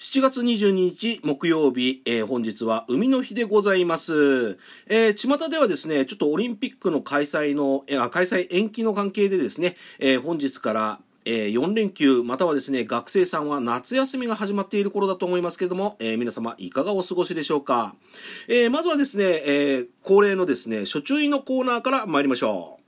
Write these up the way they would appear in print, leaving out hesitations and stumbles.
7月22日木曜日、本日は海の日でございます。巷ではですね、ちょっとオリンピックの開催延期の関係でですね、本日から4連休またはですね学生さんは夏休みが始まっている頃だと思いますけれども、皆様いかがお過ごしでしょうか。まずはですね、恒例のですね、初注意のコーナーから参りましょう。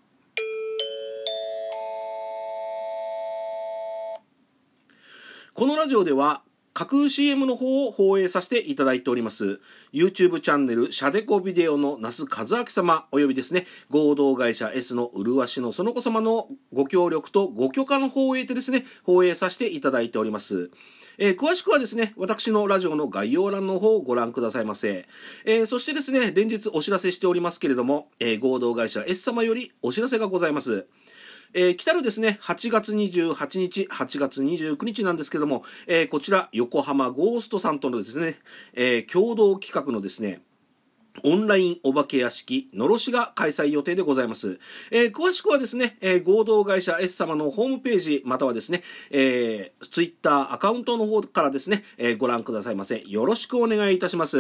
このラジオでは架空 CM の方を放映させていただいております YouTube チャンネルシャデコビデオの那須和明様およびですね合同会社 S の麗しのその子様のご協力とご許可の方を得てですね放映させていただいております。詳しくはですね私のラジオの概要欄の方をご覧くださいませ。そしてですね連日お知らせしておりますけれども、合同会社 S 様よりお知らせがございます。来たるですね8月28日8月29日なんですけども、こちら横浜ゴーストさんとのですね、共同企画のですねオンラインお化け屋敷のろしが開催予定でございます。詳しくはですね、合同会社 S 様のホームページまたはですね、ツイッターアカウントの方からですね、ご覧くださいませ。よろしくお願いいたします。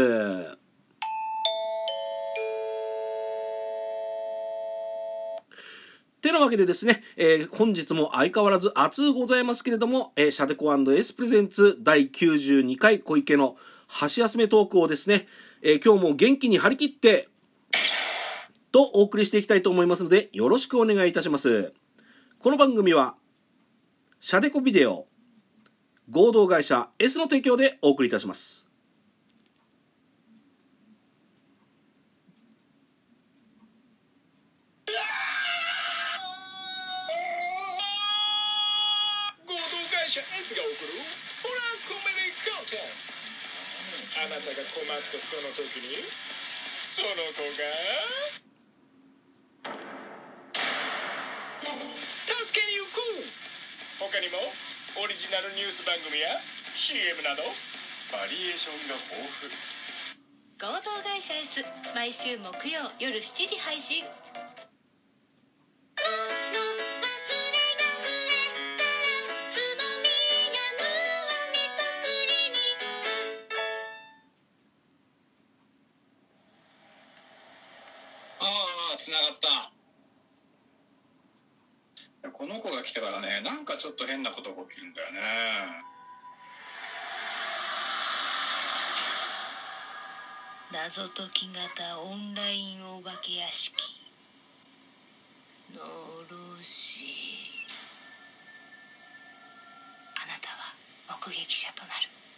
てなわけでですね、本日も相変わらず熱うございますけれども、シャデコ&エスプレゼンツ第92回小池の箸休めトークをですね、今日も元気に張り切ってとお送りしていきたいと思いますのでよろしくお願いいたします。この番組はシャデコビデオ合同会社 S の提供でお送りいたします。 S が送るホラーコメディコンテンツ。あなたが困ったその時にその子が助けに行く。他にもオリジナルニュース番組や CM などバリエーションが豊富。 合同会社 S 毎週木曜夜7時配信。 つながった。この子が来てからね、なんかちょっと変なことが起きるんだよね。 謎解き型オンラインお化け屋敷のろし。あなたは目撃者となる。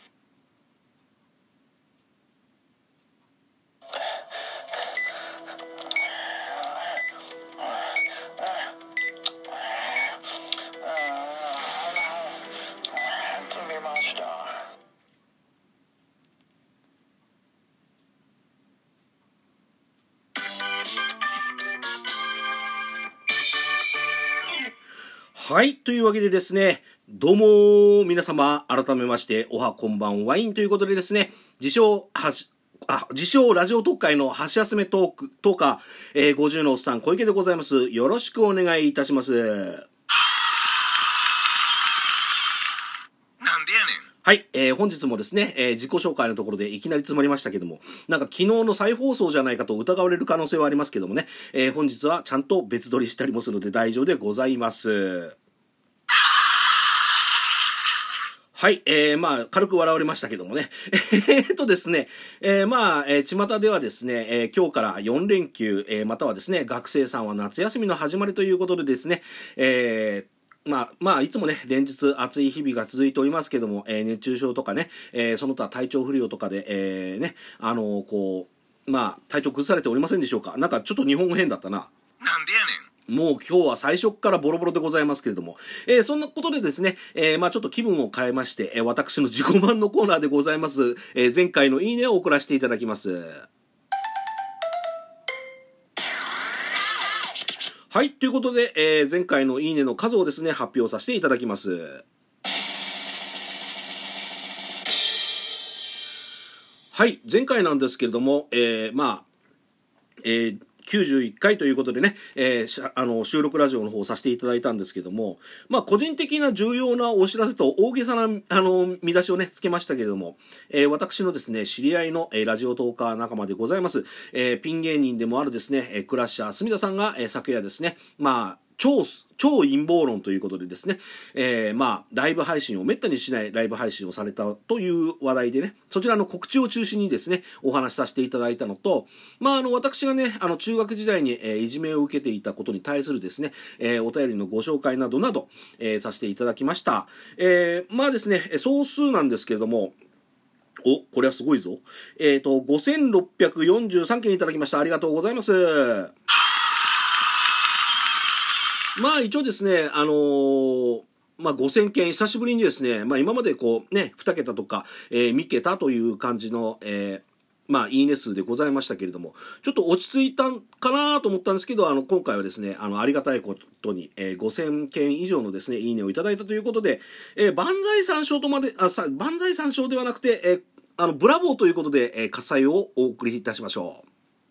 はい、というわけでですね、どうも皆様改めましておはこんばんワインということでですね、自称ラジオ特会の箸休めトーカー、50のおっさん小池でございます。よろしくお願いいたします。 なんでやねん。 はい、本日もですね、自己紹介のところでいきなり詰まりましたけども、なんか昨日の再放送じゃないかと疑われる可能性はありますけどもね、本日はちゃんと別撮りしたりもするので大丈夫でございます。はい、まあ軽く笑われましたけどもねですね、巷ではですね、今日から4連休、またはですね学生さんは夏休みの始まりということでですね、いつもね連日暑い日々が続いておりますけども、熱中症とかね、その他体調不良とかで、体調崩されておりませんでしょうか。なんかちょっと日本語変だったな。 なんでやねん。 もう今日は最初からボロボロでございますけれども、そんなことでですね、ちょっと気分を変えまして、私の自己満のコーナーでございます、前回のいいねを送らせていただきます。はい、ということで、前回のいいねの数をですね発表させていただきます。はい、前回なんですけれども、 91回ということでね、収録ラジオの方をさせていただいたんですけども、個人的な重要なお知らせと大げさな見出しをねつけましたけれども、私のですね知り合いの、ラジオトーカー仲間でございます、ピン芸人でもあるですね、クラッシャー隅田さんが、昨夜ですね超陰謀論ということでですね、ライブ配信をめったにしないライブ配信をされたという話題でね、そちらの告知を中心にですねお話しさせていただいたのと、私がね中学時代に、いじめを受けていたことに対するですね、お便りのご紹介などなど、させていただきました。ですね総数なんですけれども、これはすごいぞ。5643件いただきました。ありがとうございます。一応ですね、5000件久しぶりにですね、今までこうね、2桁とか、3桁という感じの、いいね数でございましたけれども、ちょっと落ち着いたかなと思ったんですけど、今回はですね、ありがたいことに、5000件以上のですね、いいねをいただいたということで、万歳三唱万歳三唱ではなくて、ブラボーということで、喝采をお送りいたしましょう。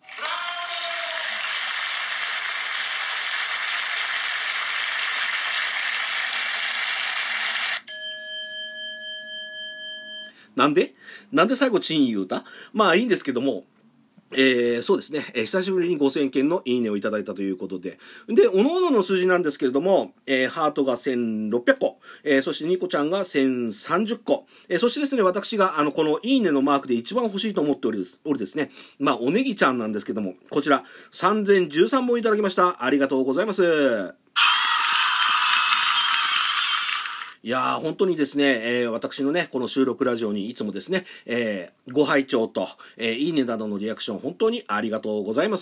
なんで最後チン言うた？いいんですけども、そうですね、久しぶりに5000件のいいねをいただいたということで、各々の数字なんですけれども、ハートが1600個、そしてニコちゃんが1030個、そしてですね、私がこのいいねのマークで一番欲しいと思っておりですね、おネギちゃんなんですけども、こちら3013本いただきました。ありがとうございます。いやー、本当にですね、私のね、この収録ラジオにいつもですね、ご拝聴と、いいねなどのリアクション、本当にありがとうございます。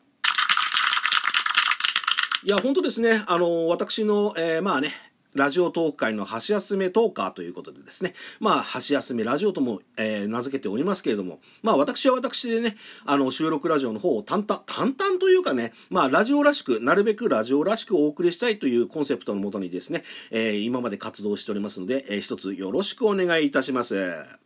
いや、本当ですね、私の、ラジオトーク界の箸休めトーカーということでですね、箸休めラジオとも、名付けておりますけれども、私は私でね、収録ラジオの方を淡々というかね、ラジオらしく、なるべくラジオらしくお送りしたいというコンセプトのもとにですね、今まで活動しておりますので、一つよろしくお願いいたします。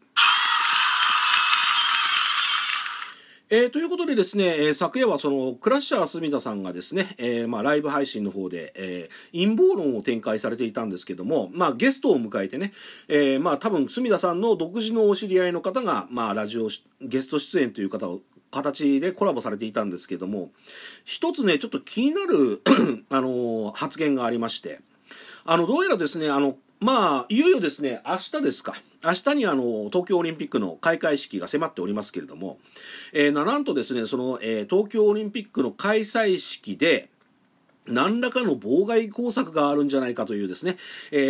ということでですね、昨夜はそのクラッシャー隅田さんがですね、ライブ配信の方で、陰謀論を展開されていたんですけども、ゲストを迎えてね、多分隅田さんの独自のお知り合いの方が、ラジオゲスト出演という形でコラボされていたんですけども、一つねちょっと気になる発言がありまして、どうやらですねいよいよですね、明日に東京オリンピックの開会式が迫っておりますけれども、なんとですね、その、東京オリンピックの開催式で、何らかの妨害工作があるんじゃないかというですね、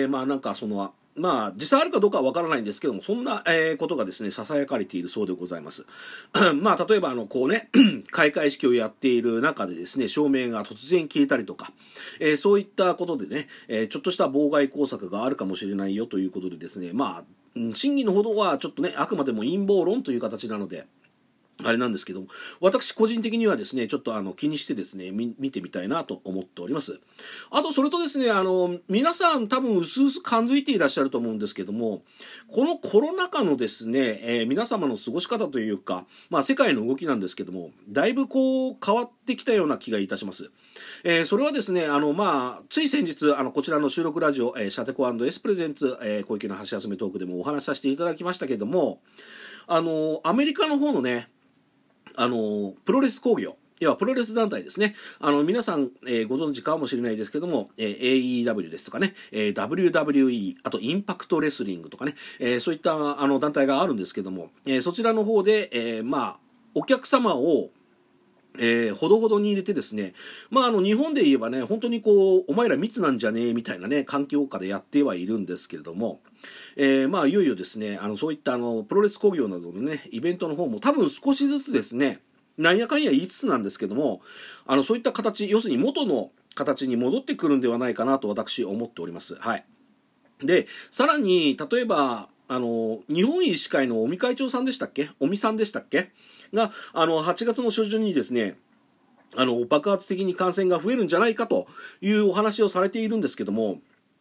実際あるかどうかはわからないんですけども、そんな、ことがですね、囁かれているそうでございます。例えば開会式をやっている中でですね、照明が突然消えたりとか、そういったことでね、ちょっとした妨害工作があるかもしれないよということでですね、真偽のほどはちょっとね、あくまでも陰謀論という形なので、あれなんですけども、私個人的にはですね、ちょっと気にしてですね、見てみたいなと思っております。あとそれとですね、皆さん多分薄々感づいていらっしゃると思うんですけども、このコロナ禍のですね、皆様の過ごし方というか、世界の動きなんですけども、だいぶ変わってきたような気がいたします。それはですね、つい先日こちらの収録ラジオ、シャテコ&エスプレゼンツ、小池の箸休めトークでもお話しさせていただきましたけども、アメリカの方のね、プロレス工業、いわプロレス団体ですね。皆さん、ご存知かもしれないですけども、AEW ですとかね、WWE、あとインパクトレスリングとかね、そういった団体があるんですけども、そちらの方で、お客様をほどほどに入れてですね、日本で言えばね、本当にお前ら密なんじゃねえみたいなね、環境下でやってはいるんですけれども、いよいよですね、そういったプロレス工業などのね、イベントの方も多分少しずつですね、なんやかんや言いつつなんですけども、そういった形、要するに元の形に戻ってくるんではないかなと私思っております。はい。で、さらに、例えば、日本医師会の尾身会長さんでしたっけ、尾身さんでしたっけが、8月の初旬にですね、爆発的に感染が増えるんじゃないかというお話をされているんですけども、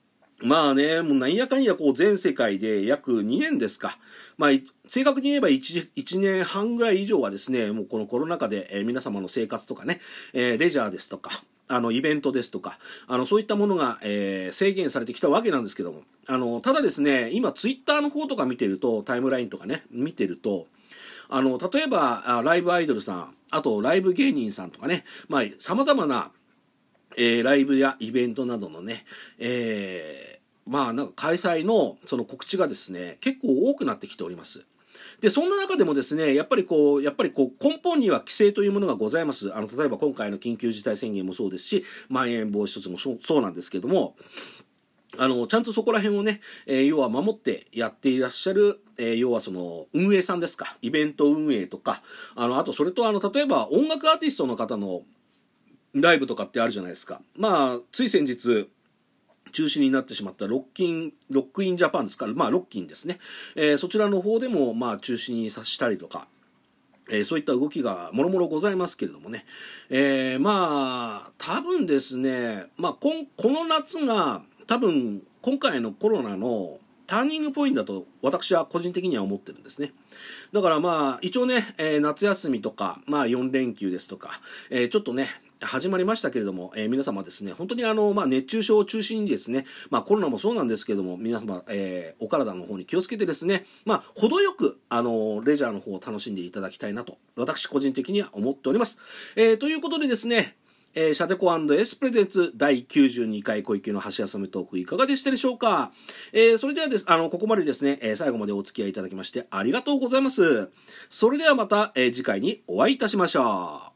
まあね、もうなんやかんやこう全世界で約2年ですか。まあ、正確に言えば1年半ぐらい以上はですね、もうこのコロナ禍で、皆様の生活とかね、レジャーですとか、イベントですとか、そういったものが、制限されてきたわけなんですけども、ただですね、今ツイッターの方とか見てると、タイムラインとかね、見てると、例えば、ライブアイドルさん、あとライブ芸人さんとかね、まあ、様々な、ライブやイベントなどのね、まあなんか開催のその告知がですね、結構多くなってきております。で、そんな中でもですね、やっぱりこう根本には規制というものがございます。例えば今回の緊急事態宣言もそうですし、まん延防止措置もそうなんですけども、ちゃんとそこら辺をね、要は守ってやっていらっしゃる、要はその運営さんですか、イベント運営とか、あとそれと例えば音楽アーティストの方のライブとかってあるじゃないですか。まあ、つい先日、中止になってしまったロックインジャパンですから、まあ、ロッキンですね。そちらの方でも、まあ、中止にさしたりとか、そういった動きがもろもろございますけれどもね。まあ、多分ですね、まあ、この夏が、多分、今回のコロナのターニングポイントだと私は個人的には思ってるんですね。だからまあ一応ね、夏休みとか、まあ4連休ですとか、ちょっとね、始まりましたけれども、皆様ですね、本当にまあ熱中症を中心にですね、まあコロナもそうなんですけれども、皆様、お体の方に気をつけてですね、まあ程よく、レジャーの方を楽しんでいただきたいなと、私個人的には思っております。ということでですね、シャテコ&エスプレゼンツ第92回小池の箸休めトークいかがでしたでしょうか。それではです、ここまでですね、最後までお付き合いいただきましてありがとうございます。それではまた、次回にお会いいたしましょう。